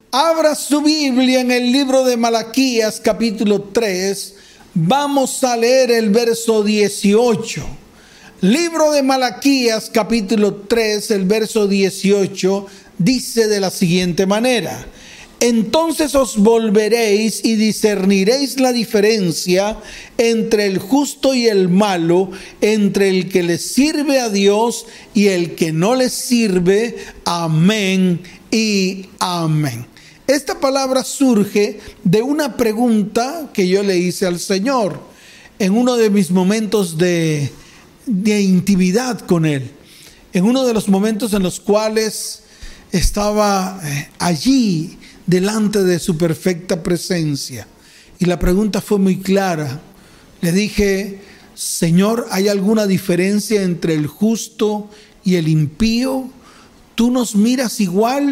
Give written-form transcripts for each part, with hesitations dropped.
Abra su Biblia en el libro de Malaquías, capítulo 3. Vamos a leer el verso 18. Libro de Malaquías, capítulo 3, el verso 18, dice de la siguiente manera: entonces os volveréis y discerniréis la diferencia entre el justo y el malo, entre el que le sirve a Dios y el que no le sirve. Amén y amén. Esta palabra surge de una pregunta que yo le hice al Señor en uno de mis momentos de intimidad con Él, en uno de los momentos en los cuales estaba allí delante de su perfecta presencia. Y la pregunta fue muy clara. Le dije: Señor, ¿hay alguna diferencia entre el justo y el impío? ¿Tú nos miras igual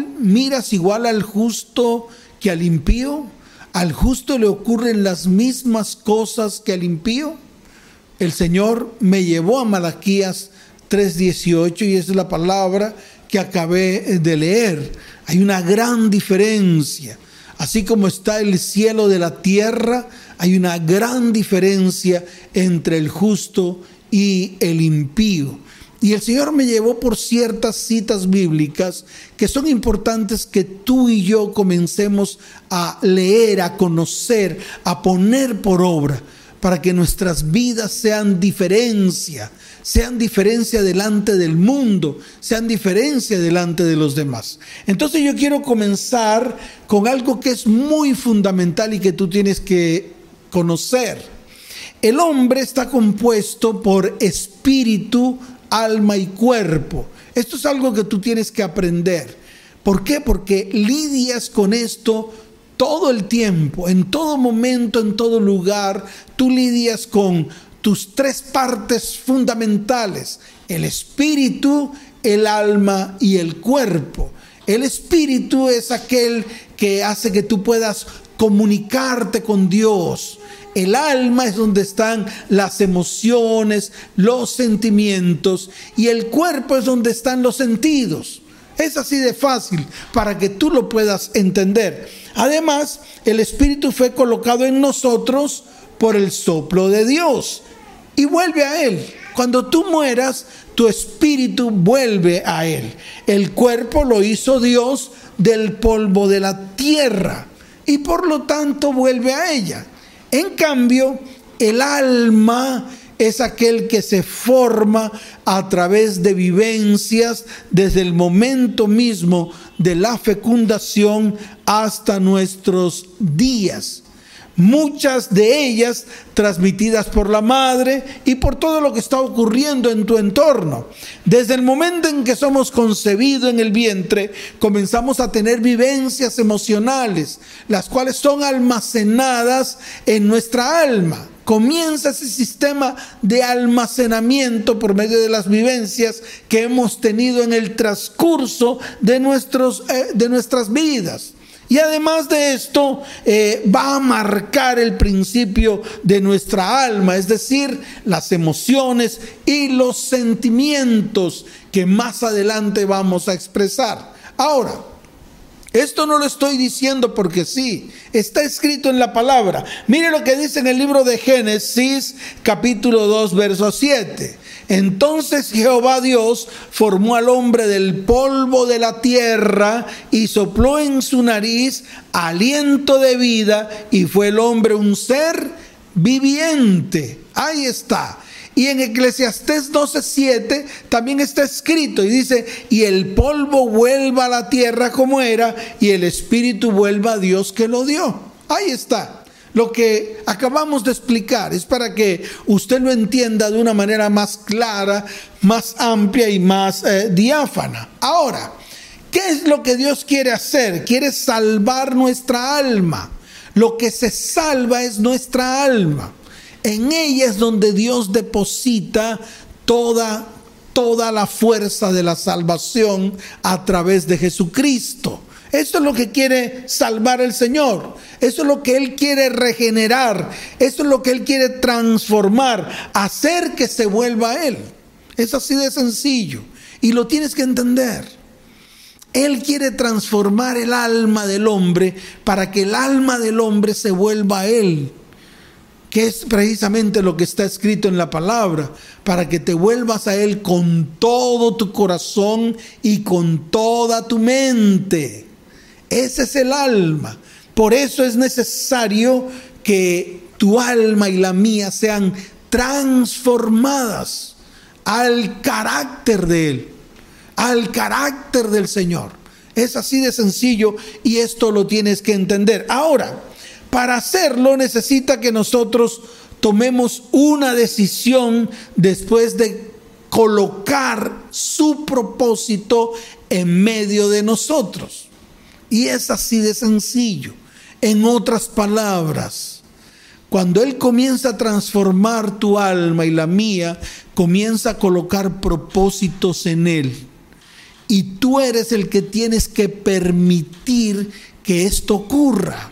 al justo que al impío? ¿Al justo le ocurren las mismas cosas que al impío? El Señor me llevó a Malaquías 3:18 y esa es la palabra que acabé de leer. Hay una gran diferencia. Así como está el cielo de la tierra, hay una gran diferencia entre el justo y el impío. Y el Señor me llevó por ciertas citas bíblicas que son importantes que tú y yo comencemos a leer, a conocer, a poner por obra, para que nuestras vidas sean diferencia delante del mundo, sean diferencia delante de los demás. Entonces yo quiero comenzar con algo que es muy fundamental y que tú tienes que conocer. El hombre está compuesto por espíritu, alma y cuerpo. Esto es algo que tú tienes que aprender. ¿Por qué? Porque lidias con esto todo el tiempo, en todo momento, en todo lugar. Tú lidias con tus tres partes fundamentales: el espíritu, el alma y el cuerpo. El espíritu es aquel que hace que tú puedas comunicarte con Dios. El alma es donde están las emociones, los sentimientos, y el cuerpo es donde están los sentidos. Es así de fácil para que tú lo puedas entender. Además, el espíritu fue colocado en nosotros por el soplo de Dios y vuelve a Él. Cuando tú mueras, tu espíritu vuelve a Él. El cuerpo lo hizo Dios del polvo de la tierra y por lo tanto vuelve a ella. En cambio, el alma es aquel que se forma a través de vivencias desde el momento mismo de la fecundación hasta nuestros días. Muchas de ellas transmitidas por la madre y por todo lo que está ocurriendo en tu entorno. Desde el momento en que somos concebidos en el vientre, comenzamos a tener vivencias emocionales, las cuales son almacenadas en nuestra alma. Comienza ese sistema de almacenamiento por medio de las vivencias que hemos tenido en el transcurso de nuestras vidas. Y además de esto, va a marcar el principio de nuestra alma, es decir, las emociones y los sentimientos que más adelante vamos a expresar. Ahora, esto no lo estoy diciendo porque sí, está escrito en la palabra. Mire lo que dice en el libro de Génesis, capítulo 2, verso 7. Entonces Jehová Dios formó al hombre del polvo de la tierra y sopló en su nariz aliento de vida y fue el hombre un ser viviente. Ahí está. Y en Eclesiastés 12:7 también está escrito y dice: y el polvo vuelva a la tierra como era y el espíritu vuelva a Dios que lo dio. Ahí está. Lo que acabamos de explicar es para que usted lo entienda de una manera más clara, más amplia y más diáfana. Ahora, ¿qué es lo que Dios quiere hacer? Quiere salvar nuestra alma. Lo que se salva es nuestra alma. En ella es donde Dios deposita toda la fuerza de la salvación a través de Jesucristo. Esto es lo que quiere salvar el Señor. Eso es lo que Él quiere regenerar. Eso es lo que Él quiere transformar, hacer que se vuelva a Él. Es así de sencillo y lo tienes que entender. Él quiere transformar el alma del hombre para que el alma del hombre se vuelva a Él, que es precisamente lo que está escrito en la palabra, para que te vuelvas a Él con todo tu corazón y con toda tu mente. Ese es el alma. Por eso es necesario que tu alma y la mía sean transformadas al carácter de Él, al carácter del Señor. Es así de sencillo y esto lo tienes que entender. Ahora, para hacerlo necesita que nosotros tomemos una decisión después de colocar su propósito en medio de nosotros. Y es así de sencillo. En otras palabras, cuando Él comienza a transformar tu alma y la mía, comienza a colocar propósitos en Él. Y tú eres el que tienes que permitir que esto ocurra.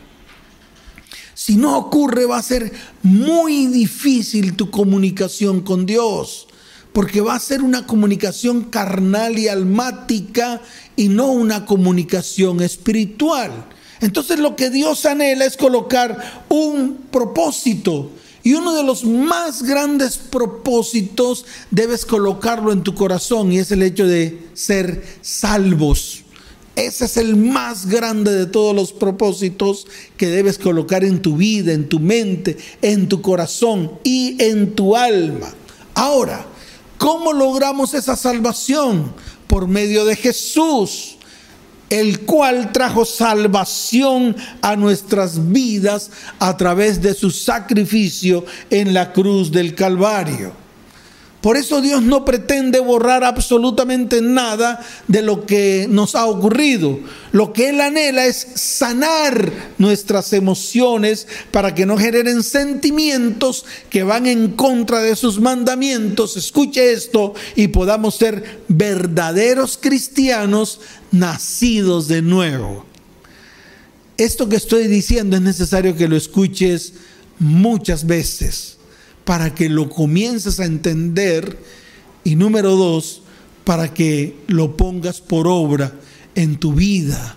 Si no ocurre, va a ser muy difícil tu comunicación con Dios, porque va a ser una comunicación carnal y almática y no una comunicación espiritual. Entonces lo que Dios anhela es colocar un propósito, y uno de los más grandes propósitos debes colocarlo en tu corazón, y es el hecho de ser salvos. Ese es el más grande de todos los propósitos que debes colocar en tu vida, en tu mente, en tu corazón y en tu alma. Ahora, ¿cómo logramos esa salvación? Por medio de Jesús, el cual trajo salvación a nuestras vidas a través de su sacrificio en la cruz del Calvario. Por eso Dios no pretende borrar absolutamente nada de lo que nos ha ocurrido. Lo que Él anhela es sanar nuestras emociones para que no generen sentimientos que van en contra de sus mandamientos. Escuche esto y podamos ser verdaderos cristianos nacidos de nuevo. Esto que estoy diciendo es necesario que lo escuches muchas veces, para que lo comiences a entender, y número 2, para que lo pongas por obra en tu vida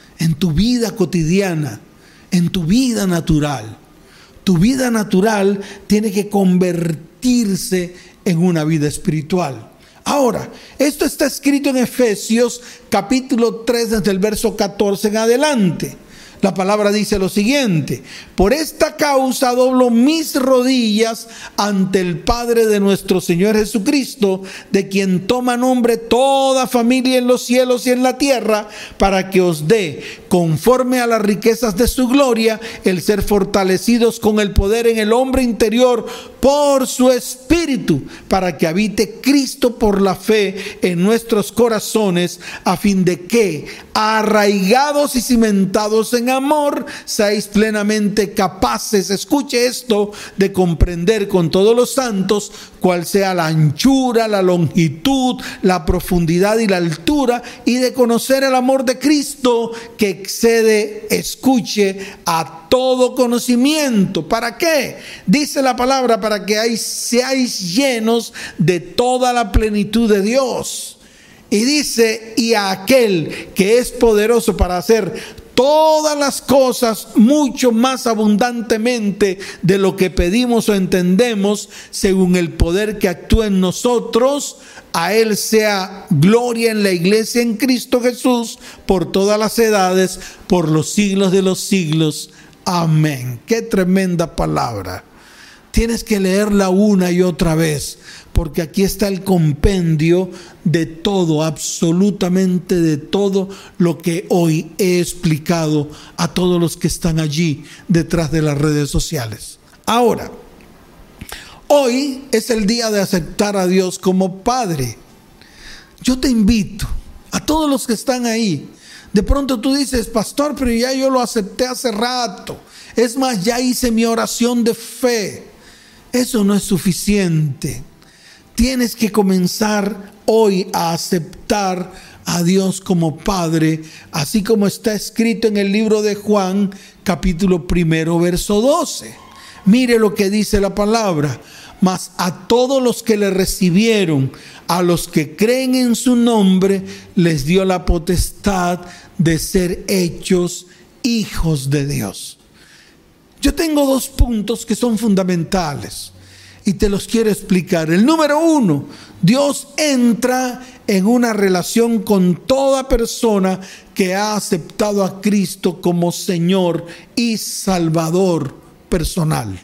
cotidiana, en tu vida natural. Tu vida natural tiene que convertirse en una vida espiritual. Ahora, esto está escrito en Efesios capítulo 3, desde el verso 14 en adelante. La palabra dice lo siguiente: por esta causa doblo mis rodillas ante el Padre de nuestro Señor Jesucristo, de quien toma nombre toda familia en los cielos y en la tierra, para que os dé, conforme a las riquezas de su gloria, el ser fortalecidos con el poder en el hombre interior por su Espíritu, para que habite Cristo por la fe en nuestros corazones, a fin de que, arraigados y cimentados en amor, seáis plenamente capaces, escuche esto, de comprender con todos los santos cuál sea la anchura, la longitud, la profundidad y la altura, y de conocer el amor de Cristo que excede, escuche, a todo conocimiento. ¿Para qué? Dice la palabra: para que seáis llenos de toda la plenitud de Dios. Y dice: y a aquel que es poderoso para hacer todas las cosas mucho más abundantemente de lo que pedimos o entendemos, según el poder que actúa en nosotros, a Él sea gloria en la iglesia en Cristo Jesús por todas las edades, por los siglos de los siglos. Amén. Qué tremenda palabra. Tienes que leerla una y otra vez, porque aquí está el compendio de todo, absolutamente de todo lo que hoy he explicado a todos los que están allí detrás de las redes sociales. Ahora, hoy es el día de aceptar a Dios como Padre. Yo te invito a todos los que están ahí. De pronto tú dices: pastor, pero ya yo lo acepté hace rato. Es más, ya hice mi oración de fe. Eso no es suficiente. Tienes que comenzar hoy a aceptar a Dios como Padre, así como está escrito en el libro de Juan, capítulo 1, verso 12. Mire lo que dice la palabra. Mas a todos los que le recibieron, a los que creen en su nombre, les dio la potestad de ser hechos hijos de Dios. Yo tengo 2 puntos que son fundamentales y te los quiero explicar. El número 1, Dios entra en una relación con toda persona que ha aceptado a Cristo como Señor y Salvador personal.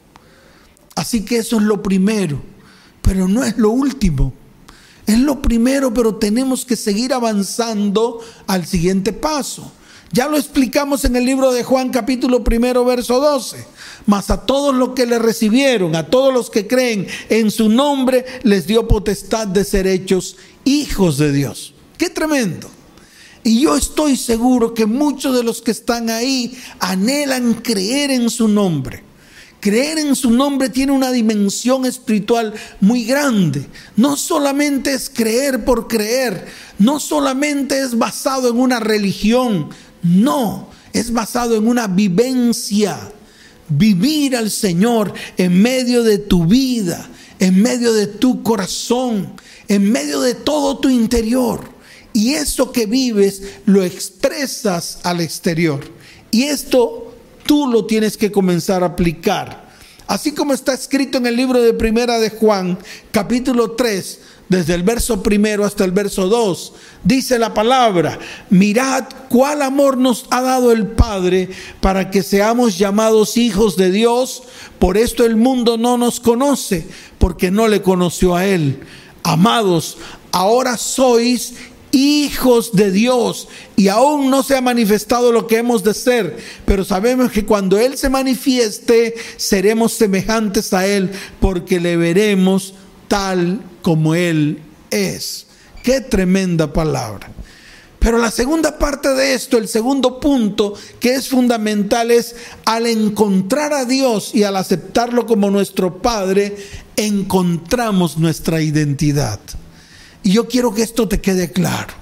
Así que eso es lo primero, pero no es lo último. Es lo primero, pero tenemos que seguir avanzando al siguiente paso. Ya lo explicamos en el libro de Juan capítulo 1, verso 12. Mas a todos los que le recibieron, a todos los que creen en su nombre, les dio potestad de ser hechos hijos de Dios. ¡Qué tremendo! Y yo estoy seguro que muchos de los que están ahí anhelan creer en su nombre. Creer en su nombre tiene una dimensión espiritual muy grande. No solamente es creer por creer, no solamente es basado en una religión, no, es basado en una vivencia. Vivir al Señor en medio de tu vida, en medio de tu corazón, en medio de todo tu interior. Y eso que vives lo expresas al exterior. Y esto tú lo tienes que comenzar a aplicar. Así como está escrito en el libro de Primera de Juan, capítulo 3, desde el verso 1 hasta el verso 2, dice la palabra: mirad cuál amor nos ha dado el Padre para que seamos llamados hijos de Dios. Por esto el mundo no nos conoce, porque no le conoció a Él. Amados, ahora sois hijos de Dios, y aún no se ha manifestado lo que hemos de ser, pero sabemos que cuando Él se manifieste, seremos semejantes a Él, porque le veremos tal como Él es. ¡Qué tremenda palabra! Pero la segunda parte de esto, el segundo punto que es fundamental, es al encontrar a Dios y al aceptarlo como nuestro Padre, encontramos nuestra identidad. Y yo quiero que esto te quede claro.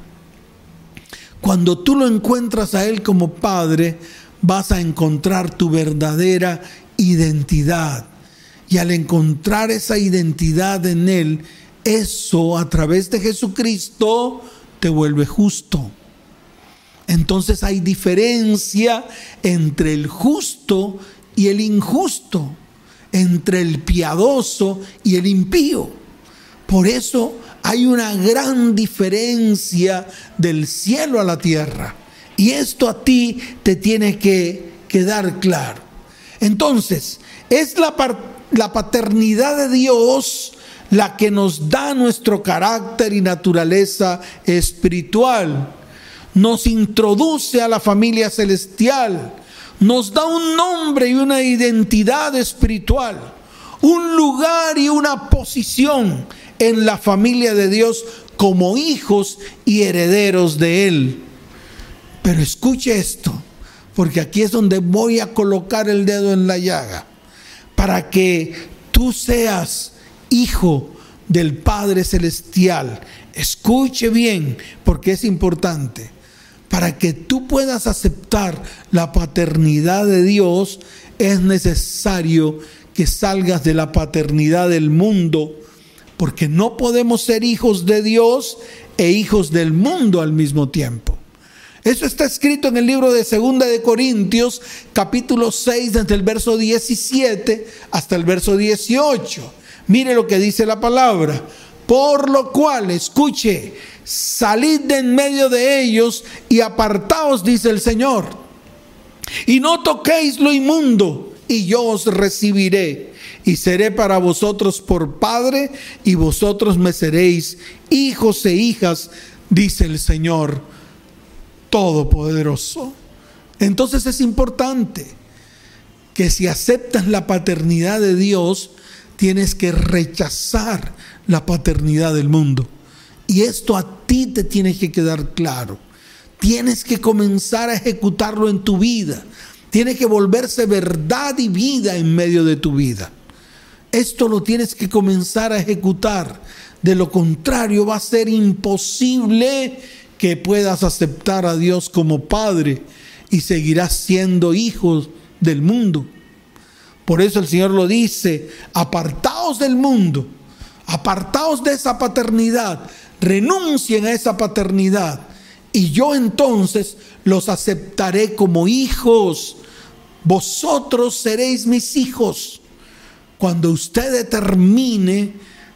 Cuando tú lo encuentras a Él como Padre, vas a encontrar tu verdadera identidad. Y al encontrar esa identidad en Él, eso a través de Jesucristo te vuelve justo. Entonces hay diferencia entre el justo y el injusto, entre el piadoso y el impío. Por eso hay una gran diferencia del cielo a la tierra. Y esto a ti te tiene que quedar claro. Entonces, es la paternidad de Dios la que nos da nuestro carácter y naturaleza espiritual. Nos introduce a la familia celestial. Nos da un nombre y una identidad espiritual. Un lugar y una posición en la familia de Dios como hijos y herederos de Él. Pero escuche esto, porque aquí es donde voy a colocar el dedo en la llaga. Para que tú seas hijo del Padre Celestial, escuche bien, porque es importante. Para que tú puedas aceptar la paternidad de Dios, es necesario que salgas de la paternidad del mundo, porque no podemos ser hijos de Dios e hijos del mundo al mismo tiempo. Eso está escrito en el libro de 2 de Corintios, capítulo 6, desde el verso 17 hasta el verso 18. Mire lo que dice la palabra. Por lo cual, escuche, salid de en medio de ellos y apartaos, dice el Señor. Y no toquéis lo inmundo, y yo os recibiré. Y seré para vosotros por Padre, y vosotros me seréis hijos e hijas, dice el Señor Todopoderoso. Entonces es importante que si aceptas la paternidad de Dios, tienes que rechazar la paternidad del mundo. Y esto a ti te tiene que quedar claro. Tienes que comenzar a ejecutarlo en tu vida. Tiene que volverse verdad y vida en medio de tu vida. Esto lo tienes que comenzar a ejecutar. De lo contrario, va a ser imposible que puedas aceptar a Dios como Padre y seguirás siendo hijos del mundo. Por eso el Señor lo dice: apartaos del mundo, apartaos de esa paternidad, renuncien a esa paternidad, y yo entonces los aceptaré como hijos. Vosotros seréis mis hijos. Cuando usted determine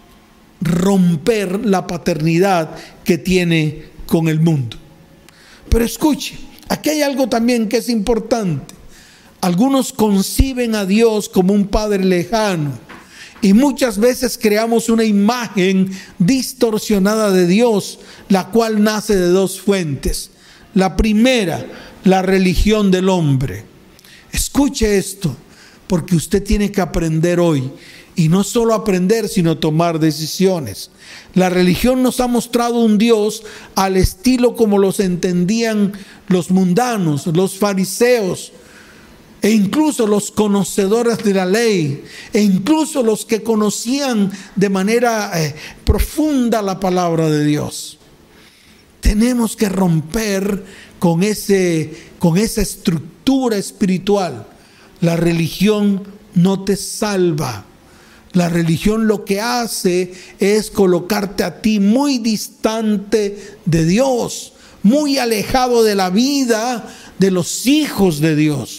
romper la paternidad que tiene con el mundo. Pero escuche, aquí hay algo también que es importante. Algunos conciben a Dios como un padre lejano, y muchas veces creamos una imagen distorsionada de Dios, la cual nace de dos fuentes. La primera, la religión del hombre. Escuche esto, porque usted tiene que aprender hoy, y no solo aprender, sino tomar decisiones. La religión nos ha mostrado un Dios al estilo como los entendían los mundanos, los fariseos, e incluso los conocedores de la ley, e incluso los que conocían de manera profunda la palabra de Dios. Tenemos que romper con esa estructura espiritual. La religión no te salva. La religión lo que hace es colocarte a ti muy distante de Dios, muy alejado de la vida de los hijos de Dios.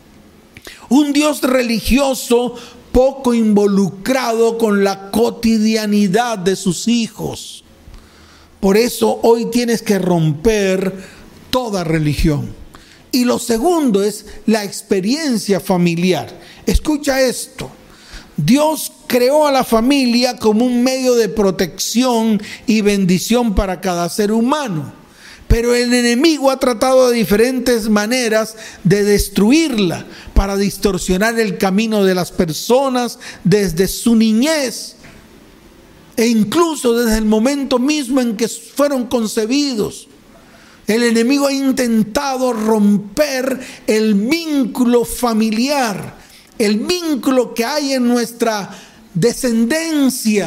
Un Dios religioso poco involucrado con la cotidianidad de sus hijos. Por eso hoy tienes que romper toda religión. Y lo segundo es la experiencia familiar. Escucha esto. Dios creó a la familia como un medio de protección y bendición para cada ser humano. Pero el enemigo ha tratado de diferentes maneras de destruirla para distorsionar el camino de las personas desde su niñez e incluso desde el momento mismo en que fueron concebidos. El enemigo ha intentado romper el vínculo familiar, el vínculo que hay en nuestra descendencia.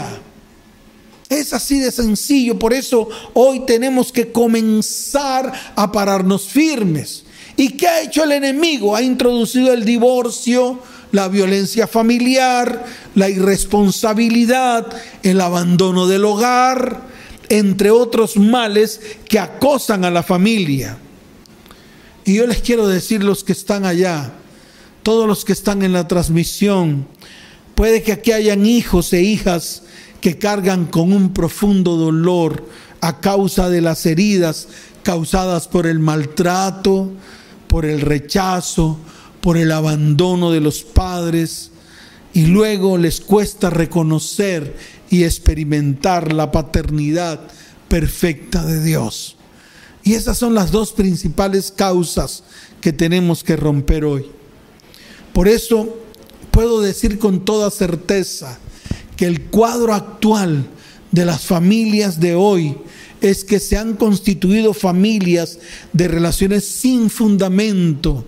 Es así de sencillo. Por eso hoy tenemos que comenzar a pararnos firmes. ¿Y qué ha hecho el enemigo? Ha introducido el divorcio, la violencia familiar, la irresponsabilidad, el abandono del hogar, entre otros males que acosan a la familia. Y yo les quiero decir, los que están allá, todos los que están en la transmisión, puede que aquí hayan hijos e hijas que cargan con un profundo dolor a causa de las heridas causadas por el maltrato, por el rechazo, por el abandono de los padres, y luego les cuesta reconocer y experimentar la paternidad perfecta de Dios. Y esas son las dos principales causas que tenemos que romper hoy. Por eso puedo decir con toda certeza que el cuadro actual de las familias de hoy es que se han constituido familias de relaciones sin fundamento.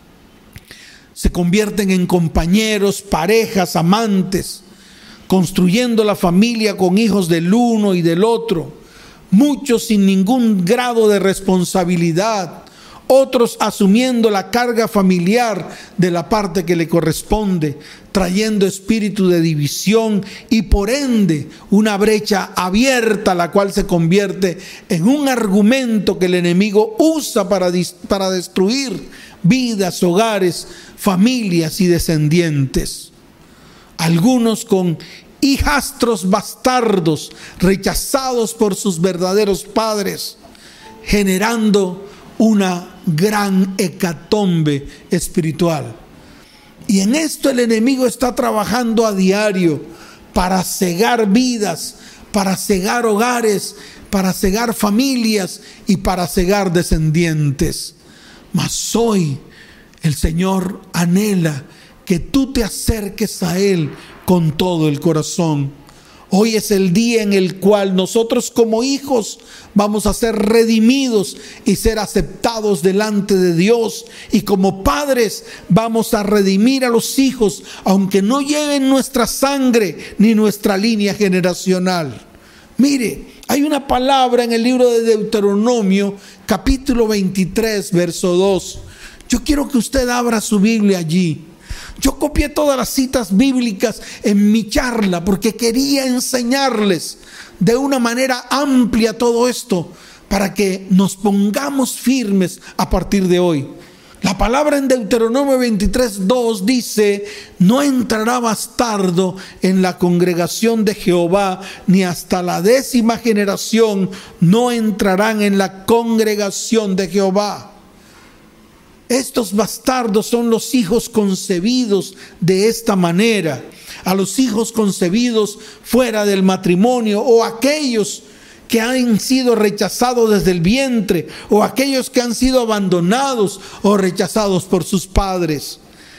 Se convierten en compañeros, parejas, amantes, construyendo la familia con hijos del uno y del otro, muchos sin ningún grado de responsabilidad, otros asumiendo la carga familiar de la parte que le corresponde, trayendo espíritu de división y por ende una brecha abierta, la cual se convierte en un argumento que el enemigo usa para destruir vidas, hogares, familias y descendientes. Algunos con hijastros bastardos rechazados por sus verdaderos padres, generando una gran hecatombe espiritual. Y en esto el enemigo está trabajando a diario para cegar vidas, para cegar hogares, para cegar familias y para cegar descendientes. Mas hoy el Señor anhela que tú te acerques a Él con todo el corazón. Hoy es el día en el cual nosotros como hijos vamos a ser redimidos y ser aceptados delante de Dios. Y como padres vamos a redimir a los hijos, aunque no lleven nuestra sangre ni nuestra línea generacional. Mire, hay una palabra en el libro de Deuteronomio, capítulo 23, verso 2. Yo quiero que usted abra su Biblia allí. Yo copié todas las citas bíblicas en mi charla porque quería enseñarles de una manera amplia todo esto para que nos pongamos firmes a partir de hoy. La palabra en Deuteronomio 23:2 dice: no entrará bastardo en la congregación de Jehová, ni hasta la 10ª generación no entrarán en la congregación de Jehová. Estos bastardos son los hijos concebidos de esta manera. A los hijos concebidos fuera del matrimonio, o aquellos que han sido rechazados desde el vientre, o aquellos que han sido abandonados o rechazados por sus padres.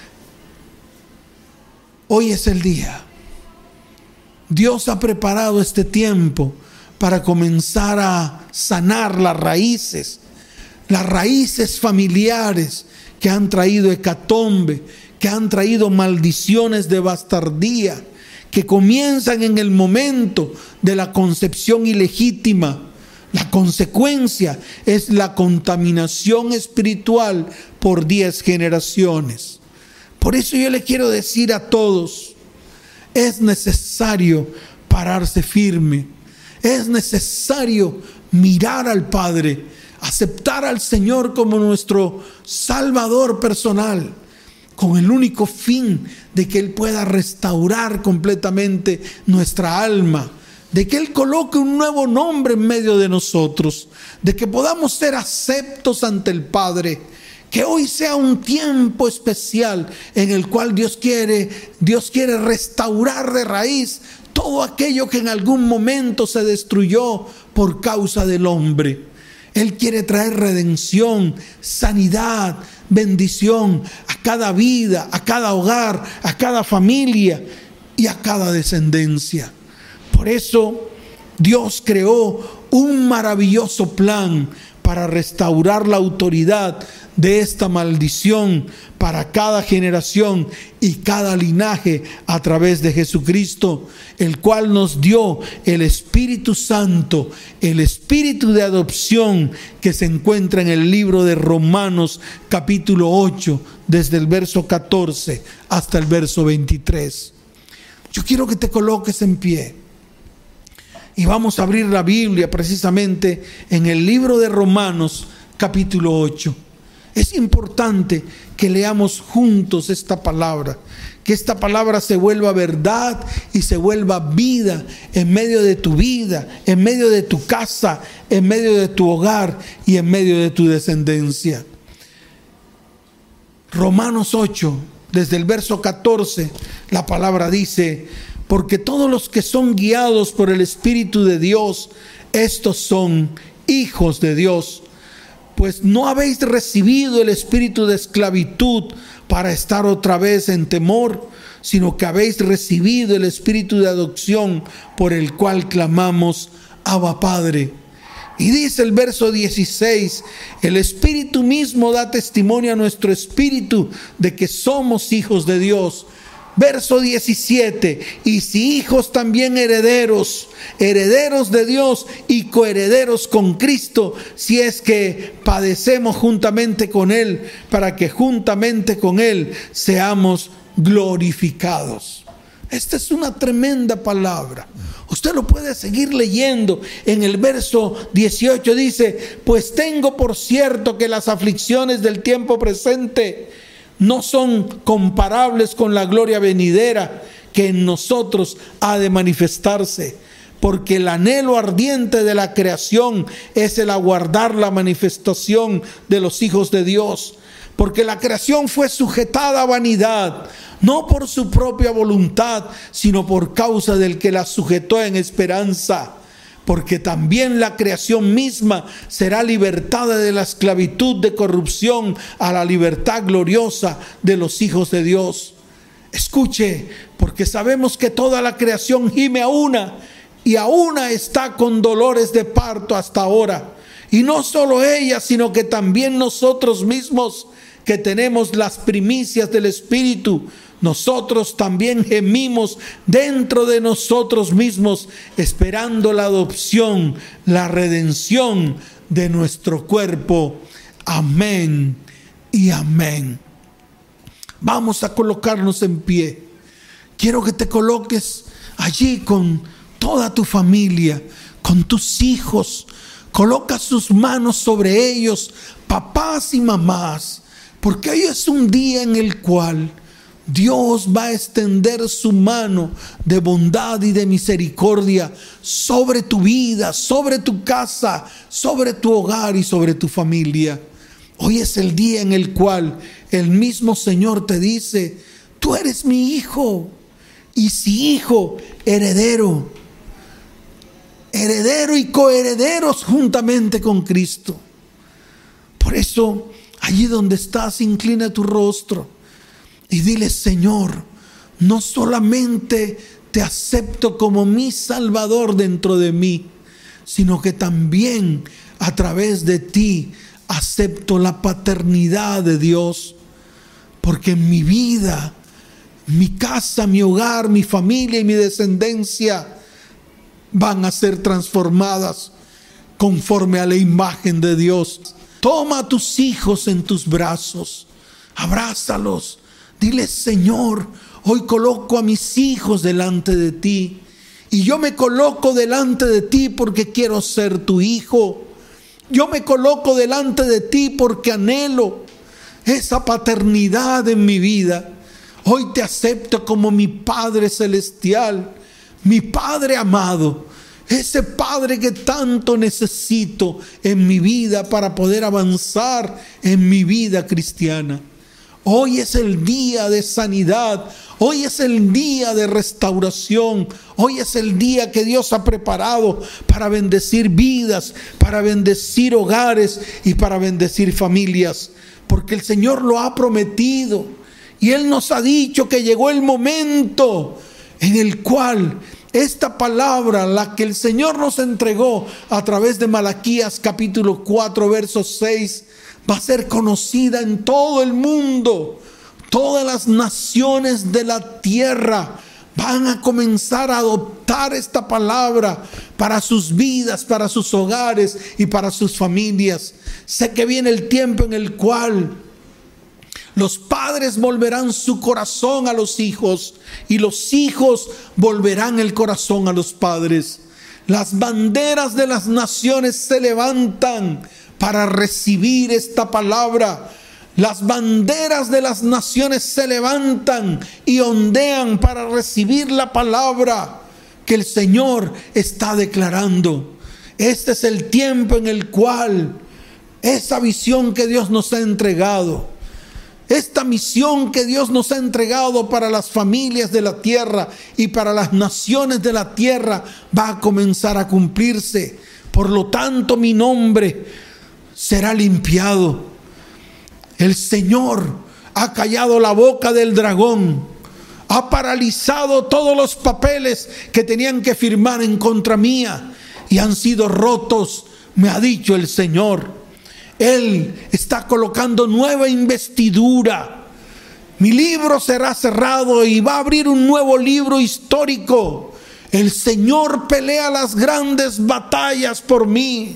Hoy es el día. Dios ha preparado este tiempo para comenzar a sanar las raíces familiares que han traído hecatombe, que han traído maldiciones de bastardía, que comienzan en el momento de la concepción ilegítima. La consecuencia es la contaminación espiritual por 10 generaciones. Por eso yo le quiero decir a todos, es necesario pararse firme, es necesario mirar al Padre, aceptar al Señor como nuestro Salvador personal, con el único fin de que Él pueda restaurar completamente nuestra alma, de que Él coloque un nuevo nombre en medio de nosotros, de que podamos ser aceptos ante el Padre, que hoy sea un tiempo especial en el cual Dios quiere restaurar de raíz todo aquello que en algún momento se destruyó por causa del hombre. Él quiere traer redención, sanidad, bendición a cada vida, a cada hogar, a cada familia y a cada descendencia. Por eso Dios creó un maravilloso plan para restaurar la autoridad de esta maldición para cada generación y cada linaje a través de Jesucristo, el cual nos dio el Espíritu Santo, el Espíritu de adopción que se encuentra en el libro de Romanos capítulo 8, desde el verso 14 hasta el verso 23. Yo quiero que te coloques en pie y vamos a abrir la Biblia precisamente en el libro de Romanos capítulo 8. Es importante que leamos juntos esta palabra, que esta palabra se vuelva verdad y se vuelva vida en medio de tu vida, en medio de tu casa, en medio de tu hogar y en medio de tu descendencia. Romanos 8, desde el verso 14, la palabra dice: porque todos los que son guiados por el Espíritu de Dios, estos son hijos de Dios. Pues no habéis recibido el espíritu de esclavitud para estar otra vez en temor, sino que habéis recibido el espíritu de adopción por el cual clamamos: Abba, Padre. Y dice el verso 16: el Espíritu mismo da testimonio a nuestro espíritu de que somos hijos de Dios. Verso 17: y si hijos, también herederos, herederos de Dios y coherederos con Cristo, si es que padecemos juntamente con Él, para que juntamente con Él seamos glorificados. Esta es una tremenda palabra. Usted lo puede seguir leyendo. En el verso 18 dice: pues tengo por cierto que las aflicciones del tiempo presente no son comparables con la gloria venidera que en nosotros ha de manifestarse. Porque el anhelo ardiente de la creación es el aguardar la manifestación de los hijos de Dios. Porque la creación fue sujetada a vanidad, no por su propia voluntad, sino por causa del que la sujetó en esperanza. Porque también la creación misma será libertada de la esclavitud de corrupción a la libertad gloriosa de los hijos de Dios. Escuche, porque sabemos que toda la creación gime a una, y a una está con dolores de parto hasta ahora. Y no solo ella, sino que también nosotros mismos, que tenemos las primicias del Espíritu, nosotros también gemimos dentro de nosotros mismos, esperando la adopción, la redención de nuestro cuerpo. Amén y amén. Vamos a colocarnos en pie. Quiero que te coloques allí con toda tu familia, con tus hijos. Coloca sus manos sobre ellos, papás y mamás, porque hoy es un día en el cual Dios va a extender su mano de bondad y de misericordia sobre tu vida, sobre tu casa, sobre tu hogar y sobre tu familia. Hoy es el día en el cual el mismo Señor te dice: tú eres mi hijo, y si hijo, heredero y coherederos juntamente con Cristo. Por eso, allí donde estás, inclina tu rostro y dile: Señor, no solamente te acepto como mi Salvador dentro de mí, sino que también a través de ti acepto la paternidad de Dios, porque en mi vida, mi casa, mi hogar, mi familia y mi descendencia van a ser transformadas conforme a la imagen de Dios. Toma a tus hijos en tus brazos, abrázalos, dile: Señor, hoy coloco a mis hijos delante de ti, y yo me coloco delante de ti porque quiero ser tu hijo. Yo me coloco delante de ti porque anhelo esa paternidad en mi vida. Hoy te acepto como mi Padre celestial, mi Padre amado, ese Padre que tanto necesito en mi vida para poder avanzar en mi vida cristiana. Hoy es el día de sanidad, hoy es el día de restauración, hoy es el día que Dios ha preparado para bendecir vidas, para bendecir hogares y para bendecir familias, porque el Señor lo ha prometido y Él nos ha dicho que llegó el momento en el cual esta palabra, la que el Señor nos entregó a través de Malaquías capítulo 4 verso 6, va a ser conocida en todo el mundo. Todas las naciones de la tierra van a comenzar a adoptar esta palabra para sus vidas, para sus hogares y para sus familias. Sé que viene el tiempo en el cual los padres volverán su corazón a los hijos y los hijos volverán el corazón a los padres. Las banderas de las naciones se levantan para recibir esta palabra. Las banderas de las naciones se levantan y ondean para recibir la palabra que el Señor está declarando. Este es el tiempo en el cual esa visión que Dios nos ha entregado, esta misión que Dios nos ha entregado para las familias de la tierra y para las naciones de la tierra va a comenzar a cumplirse. Por lo tanto, mi nombre será limpiado. El Señor ha callado la boca del dragón, ha paralizado todos los papeles que tenían que firmar en contra mía y han sido rotos, me ha dicho el Señor. Él está colocando nueva investidura. Mi libro será cerrado y va a abrir un nuevo libro histórico. El Señor pelea las grandes batallas por mí.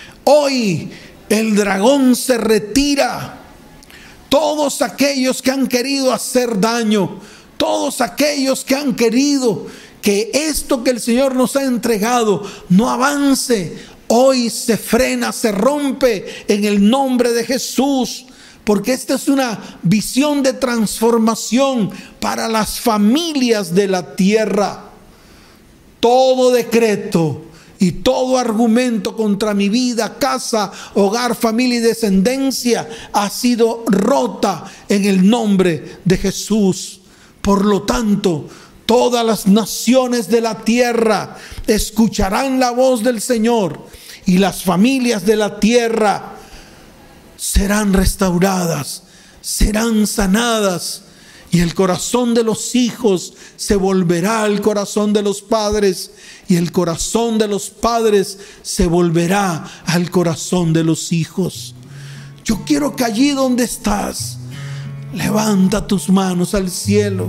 Hoy el dragón se retira. Todos aquellos que han querido hacer daño, todos aquellos que han querido que esto que el Señor nos ha entregado no avance, hoy se frena, se rompe en el nombre de Jesús, porque esta es una visión de transformación para las familias de la tierra. Todo decreto y todo argumento contra mi vida, casa, hogar, familia y descendencia ha sido rota en el nombre de Jesús. Por lo tanto, todas las naciones de la tierra escucharán la voz del Señor y las familias de la tierra serán restauradas, serán sanadas y el corazón de los hijos se volverá al corazón de los padres y el corazón de los padres se volverá al corazón de los hijos. Yo quiero que allí donde estás, levanta tus manos al cielo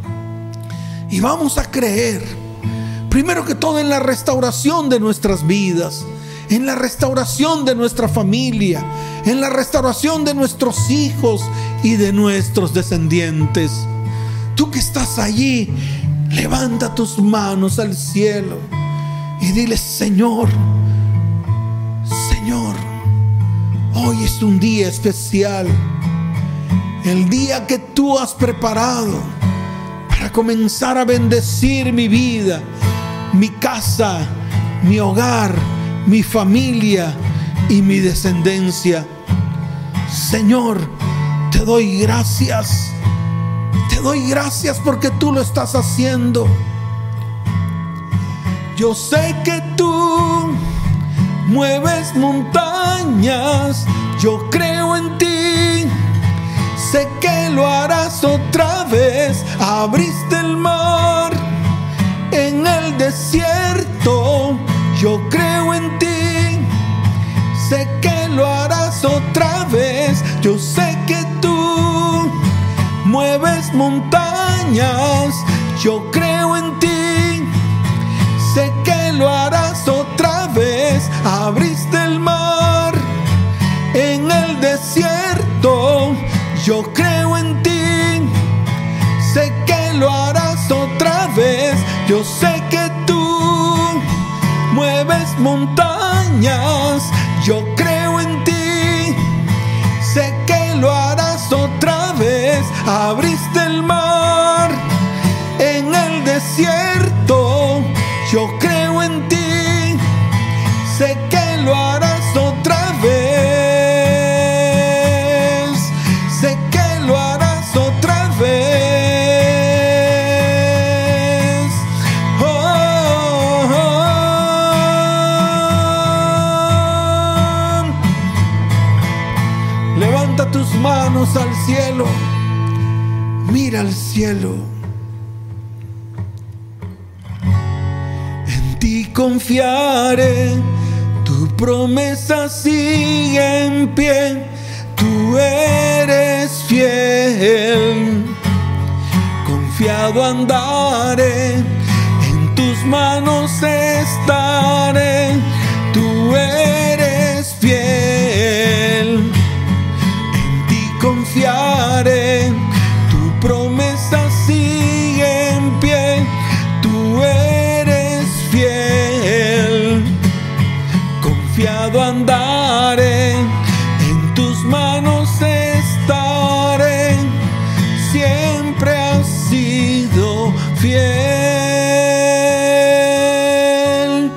y vamos a creer, primero que todo, en la restauración de nuestras vidas, en la restauración de nuestra familia, en la restauración de nuestros hijos y de nuestros descendientes. Tú que estás allí, levanta tus manos al cielo y dile: Señor, Señor, hoy es un día especial, el día que tú has preparado para comenzar a bendecir mi vida, mi casa, mi hogar, mi familia y mi descendencia. Señor, te doy gracias. Te doy gracias porque tú lo estás haciendo. Yo sé que tú mueves montañas. Yo creo en ti. Sé que lo harás otra vez. Abriste el mar en el desierto. Yo creo en ti. Sé que lo harás otra vez. Yo sé que tú mueves montañas. Yo creo en ti. Sé que lo harás otra vez. Abriste el mar en el desierto. Yo creo en ti. Sé que lo harás otra vez. Yo sé que tú mueves montañas. Yo creo en ti. Sé que lo harás otra vez. Abriste el mar en el desierto. Yo creo en ti. Sé que lo harás otra vez. Sé que lo harás otra vez. Oh, oh, oh. Levanta tus manos al cielo. Mira al cielo. En ti confiaré. Tu promesa sigue en pie. Tú eres fiel. Confiado andaré. En tus manos estaré. Tú eres fiel. En ti confiaré. Promesa sigue en pie. Tú eres fiel. Confiado andaré. En tus manos estaré. Siempre has sido fiel.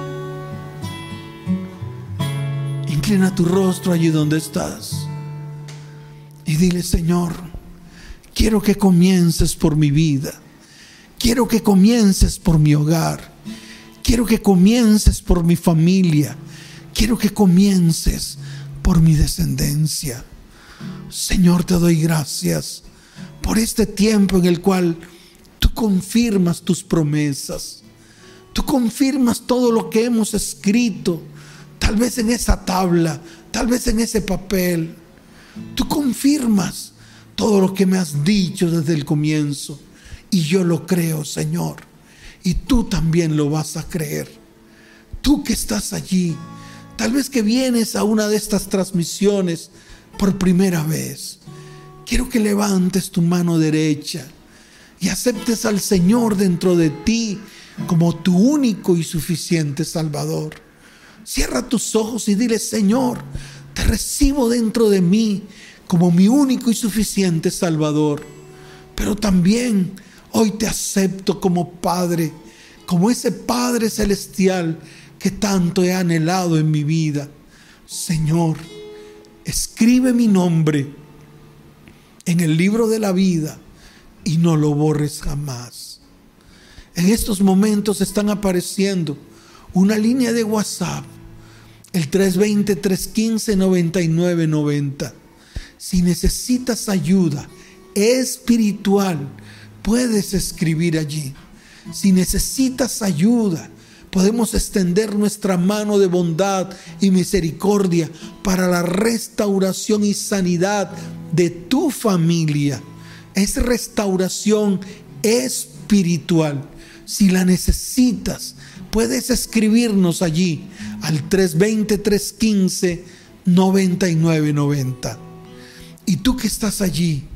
Inclina tu rostro allí donde estás y dile: Señor, quiero que comiences por mi vida. Quiero que comiences por mi hogar. Quiero que comiences por mi familia. Quiero que comiences por mi descendencia. Señor, te doy gracias por este tiempo en el cual tú confirmas tus promesas. Tú confirmas todo lo que hemos escrito, tal vez en esa tabla, tal vez en ese papel. Tú confirmas todo lo que me has dicho desde el comienzo. Y yo lo creo, Señor. Y tú también lo vas a creer. Tú que estás allí, tal vez que vienes a una de estas transmisiones por primera vez, quiero que levantes tu mano derecha y aceptes al Señor dentro de ti como tu único y suficiente Salvador. Cierra tus ojos y dile: Señor, te recibo dentro de mí como mi único y suficiente Salvador. Pero también hoy te acepto como Padre, como ese Padre celestial que tanto he anhelado en mi vida. Señor, escribe mi nombre en el libro de la vida y no lo borres jamás. En estos momentos están apareciendo una línea de WhatsApp, el 320-315-9990. Si necesitas ayuda espiritual, puedes escribir allí. Si necesitas ayuda, podemos extender nuestra mano de bondad y misericordia para la restauración y sanidad de tu familia. Es restauración espiritual. Si la necesitas, puedes escribirnos allí al 320-315-9990. Y tú que estás allí,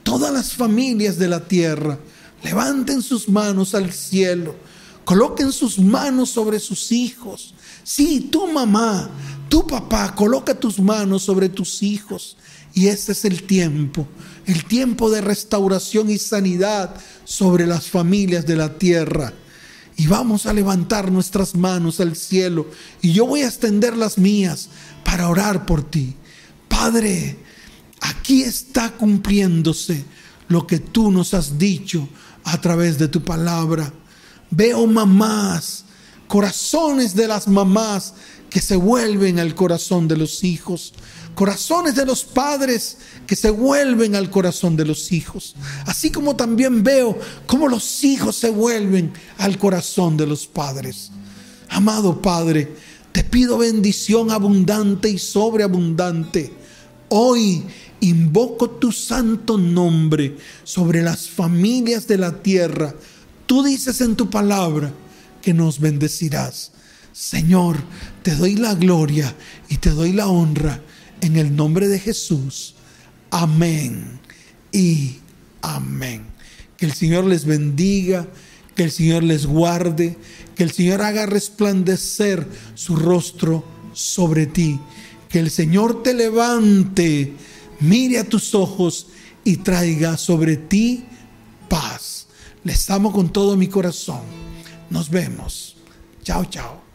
todas las familias de la tierra levanten sus manos al cielo, coloquen sus manos sobre sus hijos. Sí, tu mamá, tu papá, coloca tus manos sobre tus hijos. Y este es el tiempo de restauración y sanidad sobre las familias de la tierra. Y vamos a levantar nuestras manos al cielo, y yo voy a extender las mías para orar por ti. Padre, aquí está cumpliéndose lo que tú nos has dicho a través de tu palabra. Veo mamás, corazones de las mamás que se vuelven al corazón de los hijos, corazones de los padres que se vuelven al corazón de los hijos, así como también veo cómo los hijos se vuelven al corazón de los padres. Amado Padre, te pido bendición abundante y sobreabundante. Hoy invoco tu santo nombre sobre las familias de la tierra. Tú dices en tu palabra que nos bendecirás. Señor, te doy la gloria y te doy la honra en el nombre de Jesús. Amén y amén. Que el Señor les bendiga, que el Señor les guarde, que el Señor haga resplandecer su rostro sobre ti, que el Señor te levante, mire a tus ojos y traiga sobre ti paz. Les amo con todo mi corazón. Nos vemos. Chao, chao.